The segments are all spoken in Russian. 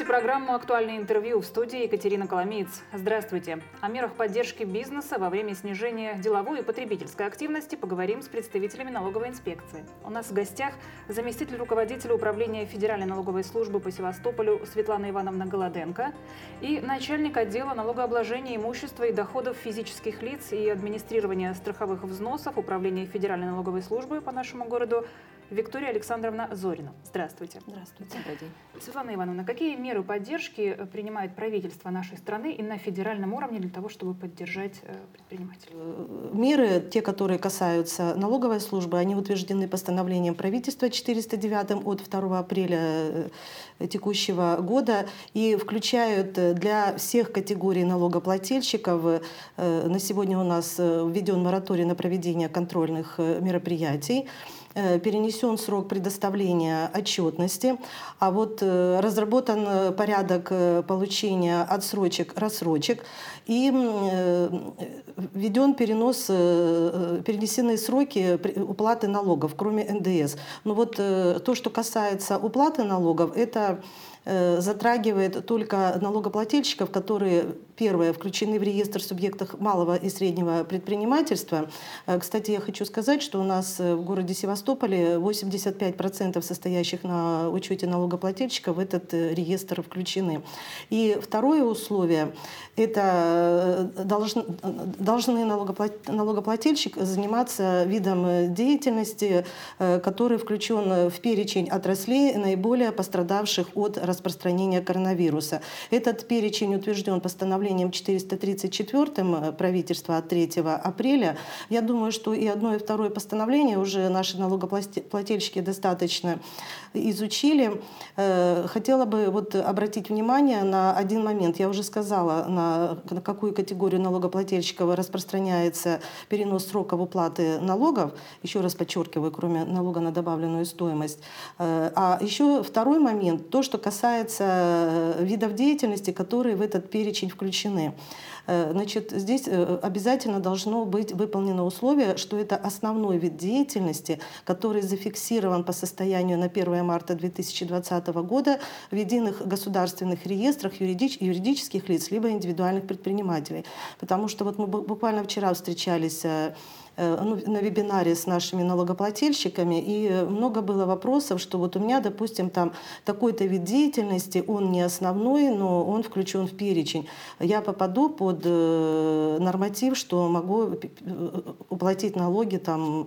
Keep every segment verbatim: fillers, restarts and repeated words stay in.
программу «Актуальное интервью», в студии Екатерина Коломиец. Здравствуйте. О мерах поддержки бизнеса во время снижения деловой и потребительской активности поговорим с представителями налоговой инспекции. У нас в гостях заместитель руководителя управления Федеральной налоговой службы по Севастополю Светлана Ивановна Голоденко и начальник отдела налогообложения имущества и доходов физических лиц и администрирования страховых взносов управления Федеральной налоговой службы по нашему городу Виктория Александровна Зорина. Здравствуйте. Здравствуйте. Добрый день. Светлана Ивановна, какие меры поддержки принимает правительство нашей страны и на федеральном уровне для того, чтобы поддержать предпринимателей? Меры, те, которые касаются налоговой службы, они утверждены постановлением правительства четыреста девятым от второго апреля текущего года и включают для всех категорий налогоплательщиков. На сегодня у нас введен мораторий на проведение контрольных мероприятий. Перенесен срок предоставления отчетности, а вот разработан порядок получения отсрочек, рассрочек и введен перенос, перенесены сроки уплаты налогов, кроме эн дэ эс. Но вот то, что касается уплаты налогов, это затрагивает только налогоплательщиков, которые, первое, включены в реестр субъектов малого и среднего предпринимательства. Кстати, я хочу сказать, что у нас в городе Севастополе восемьдесят пять процентов состоящих на учете налогоплательщиков в этот реестр включены. И второе условие – это должны, должны налогоплательщик заниматься видом деятельности, который включен в перечень отраслей, наиболее пострадавших от распространения коронавируса. Этот перечень утвержден постановлением четыреста тридцать четвёртым правительства от третьего апреля. Я думаю, что и одно, и второе постановление уже наши налогоплательщики достаточно изучили. Хотела бы вот обратить внимание на один момент. Я уже сказала, на, на какую категорию налогоплательщиков распространяется перенос сроков уплаты налогов. Еще раз подчеркиваю, кроме налога на добавленную стоимость. А еще второй момент, то, что касается видов деятельности, которые в этот перечень включены. Значит, здесь обязательно должно быть выполнено условие, что это основной вид деятельности, который зафиксирован по состоянию на первое марта две тысячи двадцатого года в единых государственных реестрах юридич, юридических лиц либо индивидуальных предпринимателей. Потому что вот мы буквально вчера встречались на вебинаре с нашими налогоплательщиками, и много было вопросов, что вот у меня, допустим, там такой-то вид деятельности, он не основной, но он включен в перечень. Я попаду под норматив, что могу уплатить налоги там,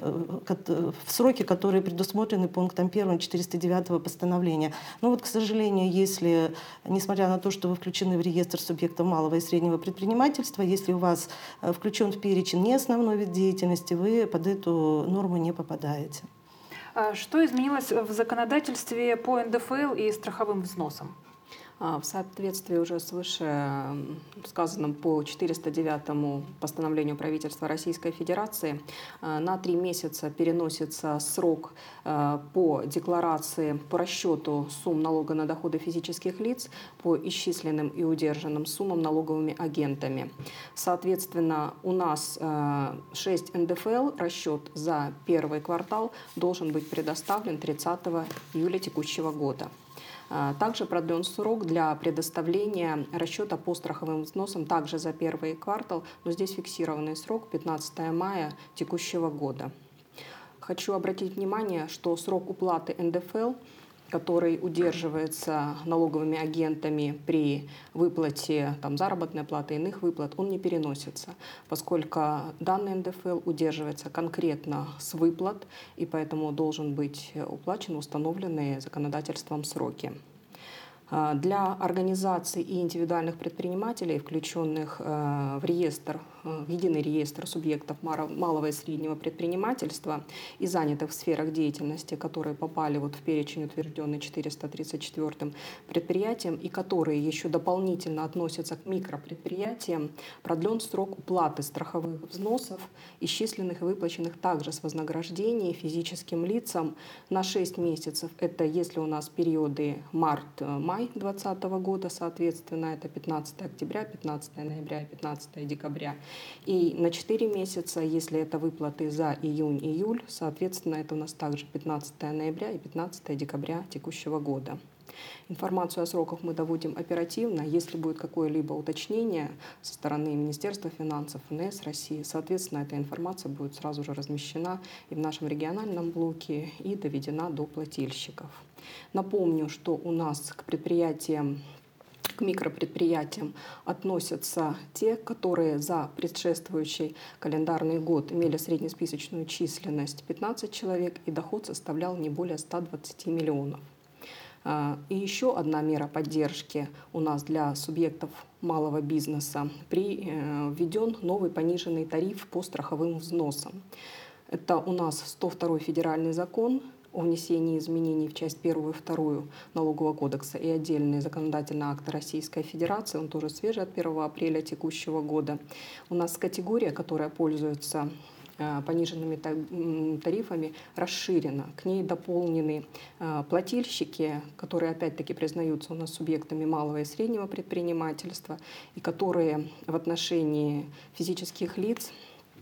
в сроки, которые предусмотрены пунктом первым четыреста девятого постановления. Но вот, к сожалению, если, несмотря на то, что вы включены в реестр субъектов малого и среднего предпринимательства, если у вас включен в перечень не основной вид деятельности, деятельности, вы под эту норму не попадаете. Что изменилось в законодательстве по эн дэ эф эл и страховым взносам? В соответствии уже с выше сказанным по четыреста девятому постановлению правительства Российской Федерации на три месяца переносится срок по декларации по расчету сумм налога на доходы физических лиц по исчисленным и удержанным суммам налоговыми агентами. Соответственно, у нас шесть эн дэ эф эл расчет за первый квартал должен быть предоставлен тридцатого июля текущего года. Также продлен срок для предоставления расчета по страховым взносам также за первый квартал, но здесь фиксированный срок пятнадцатого мая текущего года. Хочу обратить внимание, что срок уплаты эн дэ эф эл, который удерживается налоговыми агентами при выплате там, заработной платы и иных выплат, он не переносится, поскольку данный эн дэ эф эл удерживается конкретно с выплат, и поэтому должен быть уплачен в установленные законодательством сроки. Для организаций и индивидуальных предпринимателей, включенных в реестр, в единый реестр субъектов малого и среднего предпринимательства и занятых в сферах деятельности, которые попали вот в перечень, утвержденный четыреста тридцать четвёртым предприятиям и которые еще дополнительно относятся к микропредприятиям, продлен срок уплаты страховых взносов, исчисленных и выплаченных также с вознаграждений физическим лицам на шесть месяцев. Это если у нас периоды март-май две тысячи двадцатого года, соответственно, это пятнадцатого октября, пятнадцатого ноября и пятнадцатого декабря. И на четыре месяца, если это выплаты за июнь-июль, соответственно, это у нас также пятнадцатого ноября и пятнадцатого декабря текущего года. Информацию о сроках мы доводим оперативно. Если будет какое-либо уточнение со стороны Министерства финансов, эн эс России, соответственно, эта информация будет сразу же размещена и в нашем региональном блоке и доведена до плательщиков. Напомню, что у нас к предприятиям, к микропредприятиям относятся те, которые за предшествующий календарный год имели среднесписочную численность пятнадцать человек и доход составлял не более ста двадцати миллионов. И еще одна мера поддержки у нас для субъектов малого бизнеса. При, введен новый пониженный тариф по страховым взносам. Это у нас сто второй федеральный закон о внесении изменений в часть первую и вторую Налогового кодекса и отдельные законодательные акты Российской Федерации. Он тоже свежий от первого апреля текущего года. У нас категория, которая пользуется пониженными тарифами, расширена. К ней дополнены плательщики, которые опять-таки признаются у нас субъектами малого и среднего предпринимательства и которые в отношении физических лиц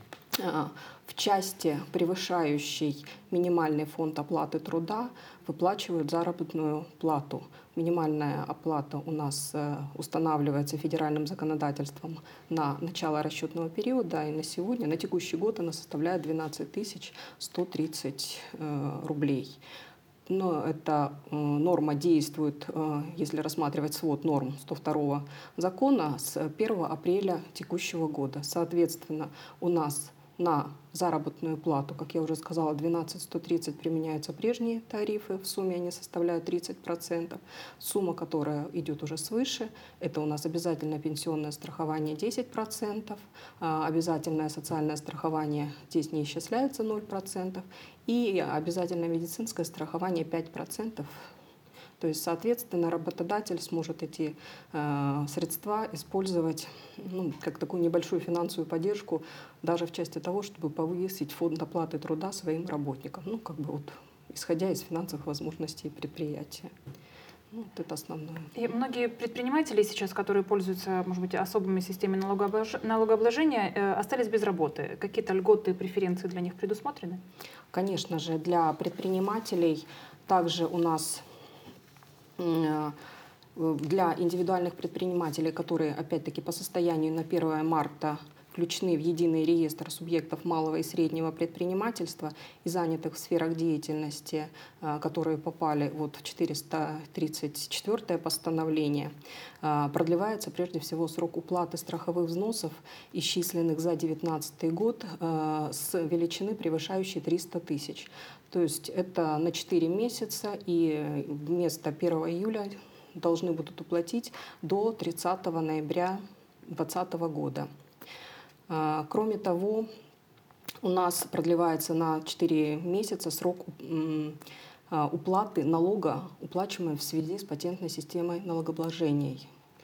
в части, превышающей минимальный фонд оплаты труда, выплачивают заработную плату. Минимальная оплата у нас устанавливается федеральным законодательством на начало расчетного периода, и на сегодня, на текущий год, она составляет двенадцать тысяч сто тридцать рублей. Но эта норма действует, если рассматривать свод норм сто второго закона, с первого апреля текущего года. Соответственно, у нас на заработную плату, как я уже сказала, двенадцать тысяч сто тридцать применяются прежние тарифы, в сумме они составляют тридцать процентов. Сумма, которая идет уже свыше, это у нас обязательное пенсионное страхование десять процентов, обязательное социальное страхование здесь не исчисляется ноль процентов, и обязательное медицинское страхование пять процентов. То есть, соответственно, работодатель сможет эти э, средства использовать ну, как такую небольшую финансовую поддержку даже в части того, чтобы повысить фонд оплаты труда своим работникам, ну, как бы вот, исходя из финансовых возможностей предприятия. Ну, вот это основное. И многие предприниматели сейчас, которые пользуются, может быть, особыми системами налогооблож... налогообложения, э, остались без работы. Какие-то льготы и преференции для них предусмотрены? Конечно же, для предпринимателей также у нас для индивидуальных предпринимателей, которые, опять-таки, по состоянию на первое марта включены в единый реестр субъектов малого и среднего предпринимательства и занятых в сферах деятельности, которые попали вот в четыреста тридцать четвёртое постановление, продлевается прежде всего срок уплаты страховых взносов, исчисленных за две тысячи девятнадцатый год, с величины, превышающей триста тысяч. То есть это на четыре месяца, и вместо первого июля должны будут уплатить до тридцатого ноября две тысячи двадцатого года. Кроме того, у нас продлевается на четыре месяца срок уплаты налога, уплачиваемого в связи с патентной системой налогообложений.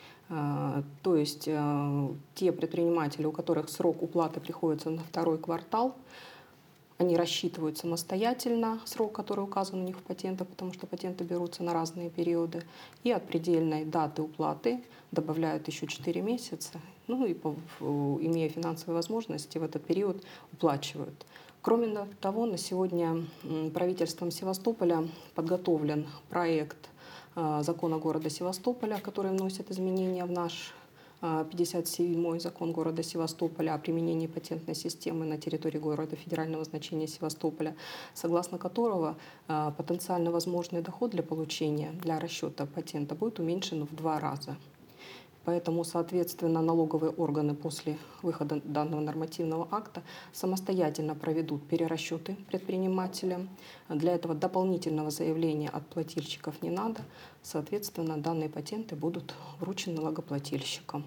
То есть те предприниматели, у которых срок уплаты приходится на второй квартал, они рассчитывают самостоятельно срок, который указан у них в патентах, потому что патенты берутся на разные периоды, и от предельной даты уплаты добавляют еще четыре месяца, ну и, имея финансовые возможности, в этот период уплачивают. Кроме того, на сегодня правительством Севастополя подготовлен проект закона города Севастополя, который вносит изменения в наш пятьдесят седьмой закон города Севастополя о применении патентной системы на территории города федерального значения Севастополя, согласно которого потенциально возможный доход для получения, для расчета патента будет уменьшен в два раза. Поэтому, соответственно, налоговые органы после выхода данного нормативного акта самостоятельно проведут перерасчеты предпринимателям. Для этого дополнительного заявления от плательщиков не надо. Соответственно, данные патенты будут вручены налогоплательщикам.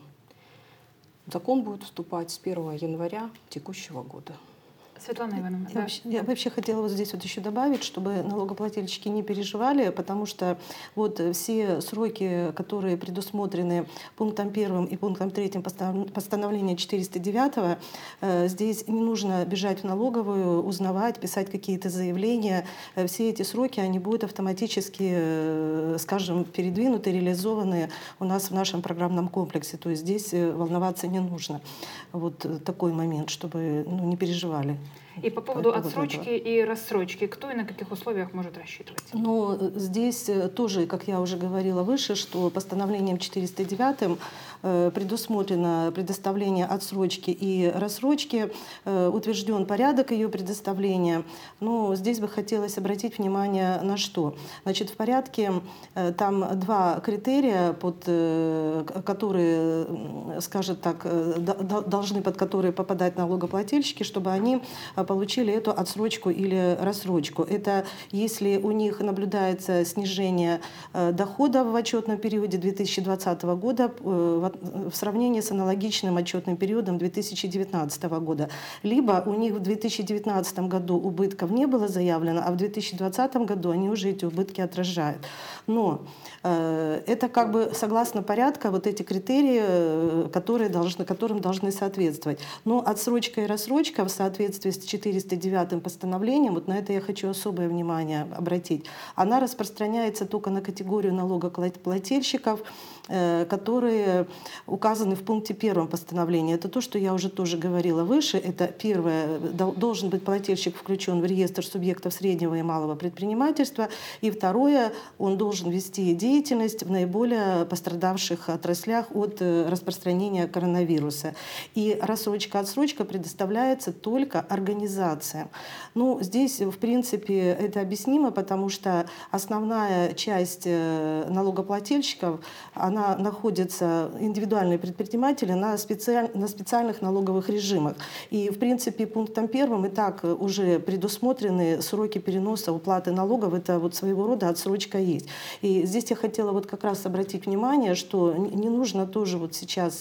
Закон будет вступать с первого января текущего года. Светлана Ивановна, Я, да. вообще, я вообще хотела вот здесь вот еще добавить, чтобы налогоплательщики не переживали, потому что вот все сроки, которые предусмотрены пунктом первым и пунктом третьим постановления четыреста девятого, здесь не нужно бежать в налоговую, узнавать, писать какие-то заявления. Все эти сроки, они будут автоматически, скажем, передвинуты, реализованы у нас в нашем программном комплексе. То есть здесь волноваться не нужно. Вот такой момент, чтобы ну, не переживали. И по поводу по отсрочки и рассрочки, кто и на каких условиях может рассчитывать? Ну, здесь тоже, как я уже говорила выше, что постановлением четыреста девять предусмотрено предоставление отсрочки и рассрочки, утвержден порядок ее предоставления. Но здесь бы хотелось обратить внимание на что. Значит, в порядке там два критерия, под которые, скажем так, должны под которые попадать налогоплательщики, чтобы они получили эту отсрочку или рассрочку. Это если у них наблюдается снижение доходов в отчетном периоде две тысячи двадцатого года в сравнении с аналогичным отчетным периодом две тысячи девятнадцатого года. Либо у них в две тысячи девятнадцатом году убытков не было заявлено, а в две тысячи двадцатом году они уже эти убытки отражают. Но э, это как бы согласно порядка вот эти критерии, которые должны, которым должны соответствовать. Но отсрочка и рассрочка в соответствии с четыреста девятым постановлением, вот на это я хочу особое внимание обратить, она распространяется только на категорию налогоплательщиков, которые указаны в пункте первом постановления. Это то, что я уже тоже говорила выше. Это первое, должен быть плательщик включен в реестр субъектов среднего и малого предпринимательства. И второе, он должен вести деятельность в наиболее пострадавших отраслях от распространения коронавируса. И рассрочка-отсрочка предоставляется только организациям. Ну, здесь, в принципе, это объяснимо, потому что основная часть налогоплательщиков, она находится, индивидуальные предприниматели, на, специаль, на специальных налоговых режимах. И, в принципе, пунктом первым и так уже предусмотрены сроки переноса уплаты налогов. Это вот своего рода отсрочка есть. И здесь я хотела вот как раз обратить внимание, что не нужно тоже вот сейчас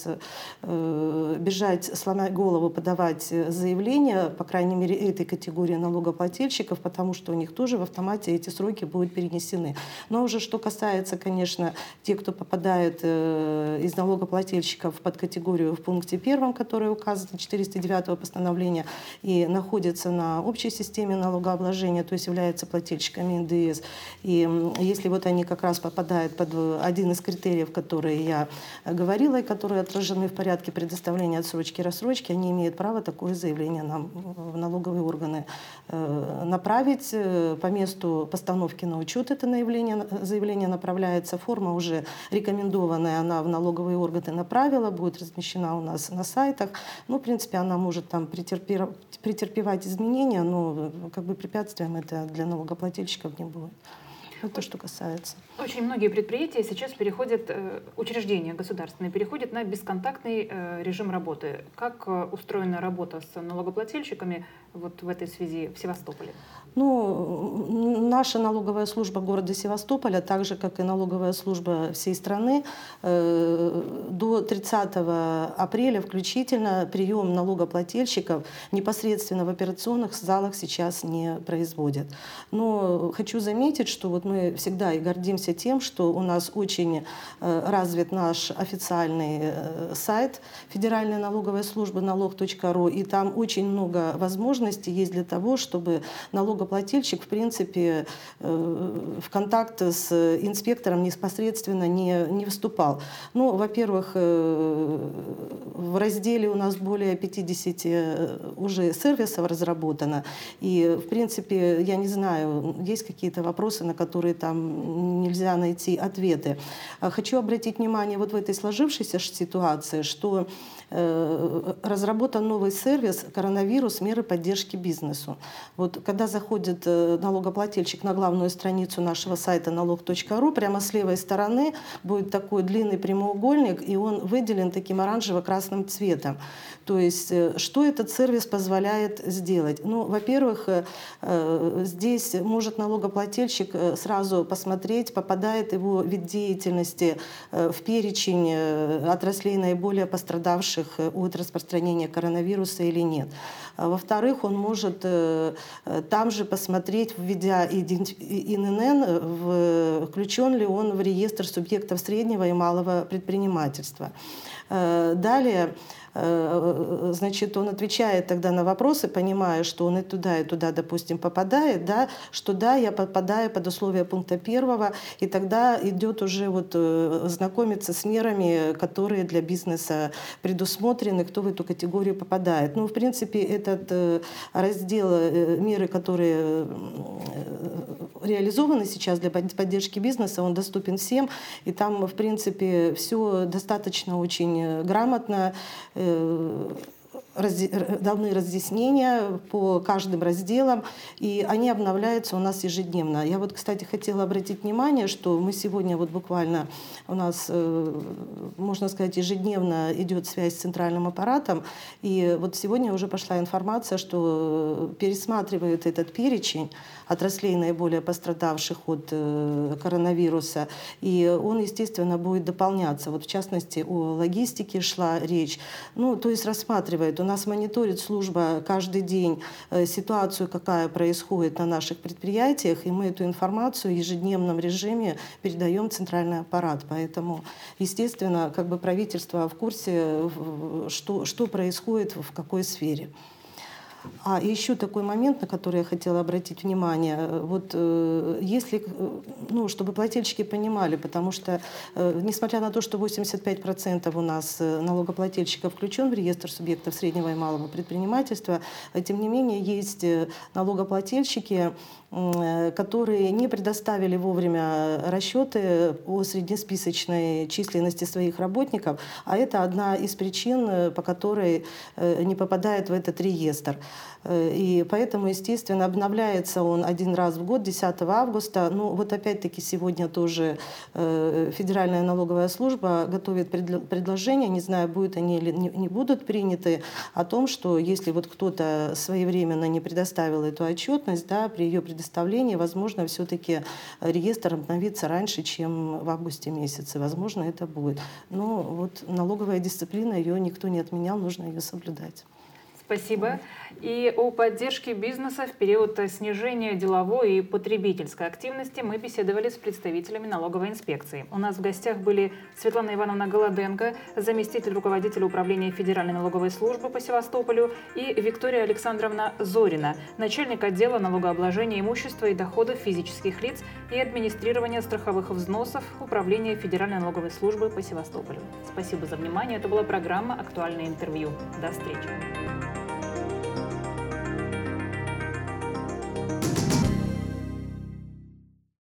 э, бежать, сломя голову, подавать заявление, по крайней мере, этой категории налогоплательщиков, потому что у них тоже в автомате эти сроки будут перенесены. Но уже что касается, конечно, тех, кто попадает из налогоплательщиков под категорию в пункте первом, который указан четыреста девятого постановления, и находится на общей системе налогообложения, то есть являются плательщиками эн дэ эс. И если вот они как раз попадают под один из критериев, которые я говорила, и которые отражены в порядке предоставления отсрочки и рассрочки, они имеют право такое заявление нам в налоговые органы направить. По месту постановки на учет это заявление направляется. Форма уже рекомендуется, она в налоговые органы направила, будет размещена у нас на сайтах. Ну, в принципе, она может там претерпевать изменения, но как бы препятствием это для налогоплательщиков не будет. Это то, что касается. Очень многие предприятия сейчас переходят, учреждения государственные, переходят на бесконтактный режим работы. Как устроена работа с налогоплательщиками вот в этой связи в Севастополе? Ну, наша налоговая служба города Севастополя, так же, как и налоговая служба всей страны, до тридцатого апреля включительно прием налогоплательщиков непосредственно в операционных залах сейчас не производят. Но хочу заметить, что вот мы всегда и гордимся тем, что у нас очень развит наш официальный сайт Федеральной налоговой службы налог точка ру, и там очень много возможностей есть для того, чтобы налогоплательщик, в принципе, в контакт с инспектором непосредственно не, не вступал. Ну, во-первых, в разделе у нас более пятидесяти уже сервисов разработано, и, в принципе, я не знаю, есть какие-то вопросы, на которые там нельзя найти ответы. Хочу обратить внимание вот в этой сложившейся ситуации, что э, разработан новый сервис «Коронавирус. Меры поддержки бизнесу». Вот когда заходит налогоплательщик на главную страницу нашего сайта налог точка ру, прямо с левой стороны будет такой длинный прямоугольник, и он выделен таким оранжево-красным цветом. То есть что этот сервис позволяет сделать? Ну, во-первых, здесь может налогоплательщик сразу посмотреть, попадает его вид деятельности в перечень отраслей, наиболее пострадавших от распространения коронавируса или нет. Во-вторых, он может там же посмотреть, введя ин эн эн, включен ли он в реестр субъектов среднего и малого предпринимательства. Далее значит, он отвечает тогда на вопросы, понимая, что он и туда, и туда, допустим, попадает, да, что да, я попадаю под условия пункта первого, и тогда идет уже вот знакомиться с мерами, которые для бизнеса предусмотрены, кто в эту категорию попадает. Ну, в принципе, этот раздел меры, которые реализованы сейчас для поддержки бизнеса, он доступен всем, и там, в принципе, все достаточно очень грамотно, даны разъяснения по каждым разделам, и они обновляются у нас ежедневно. Я вот, кстати, хотела обратить внимание, что мы сегодня вот буквально у нас, можно сказать, ежедневно идет связь с центральным аппаратом, и вот сегодня уже пошла информация, что пересматривают этот перечень отраслей, наиболее пострадавших от коронавируса, и он, естественно, будет дополняться. Вот в частности, о логистике шла речь. Ну, то есть рассматривает. У нас мониторит служба каждый день ситуацию, какая происходит на наших предприятиях, и мы эту информацию в ежедневном режиме передаем в центральный аппарат. Поэтому, естественно, как бы правительство в курсе, что, что происходит в какой сфере. А еще такой момент, на который я хотела обратить внимание. Вот э, если, ну, чтобы плательщики понимали, потому что, э, несмотря на то, что восемьдесят пять процентов у нас налогоплательщиков включен в реестр субъектов среднего и малого предпринимательства, тем не менее есть налогоплательщики, которые не предоставили вовремя расчеты о среднесписочной численности своих работников, а это одна из причин, по которой не попадает в этот реестр. И поэтому, естественно, обновляется он один раз в год, десятого августа. Ну, вот опять-таки сегодня тоже Федеральная налоговая служба готовит предложения, не знаю, будут они или не будут приняты, о том, что если вот кто-то своевременно не предоставил эту отчетность, да, при ее предоставлении, возможно, все-таки реестр обновится раньше, чем в августе месяце. Возможно, это будет. Но вот налоговая дисциплина, ее никто не отменял, нужно ее соблюдать. Спасибо. И о поддержке бизнеса в период снижения деловой и потребительской активности мы беседовали с представителями налоговой инспекции. У нас в гостях были Светлана Ивановна Голоденко, заместитель руководителя управления Федеральной налоговой службы по Севастополю, и Виктория Александровна Зорина, начальник отдела налогообложения имущества и доходов физических лиц и администрирования страховых взносов управления Федеральной налоговой службы по Севастополю. Спасибо за внимание. Это была программа «Актуальное интервью». До встречи.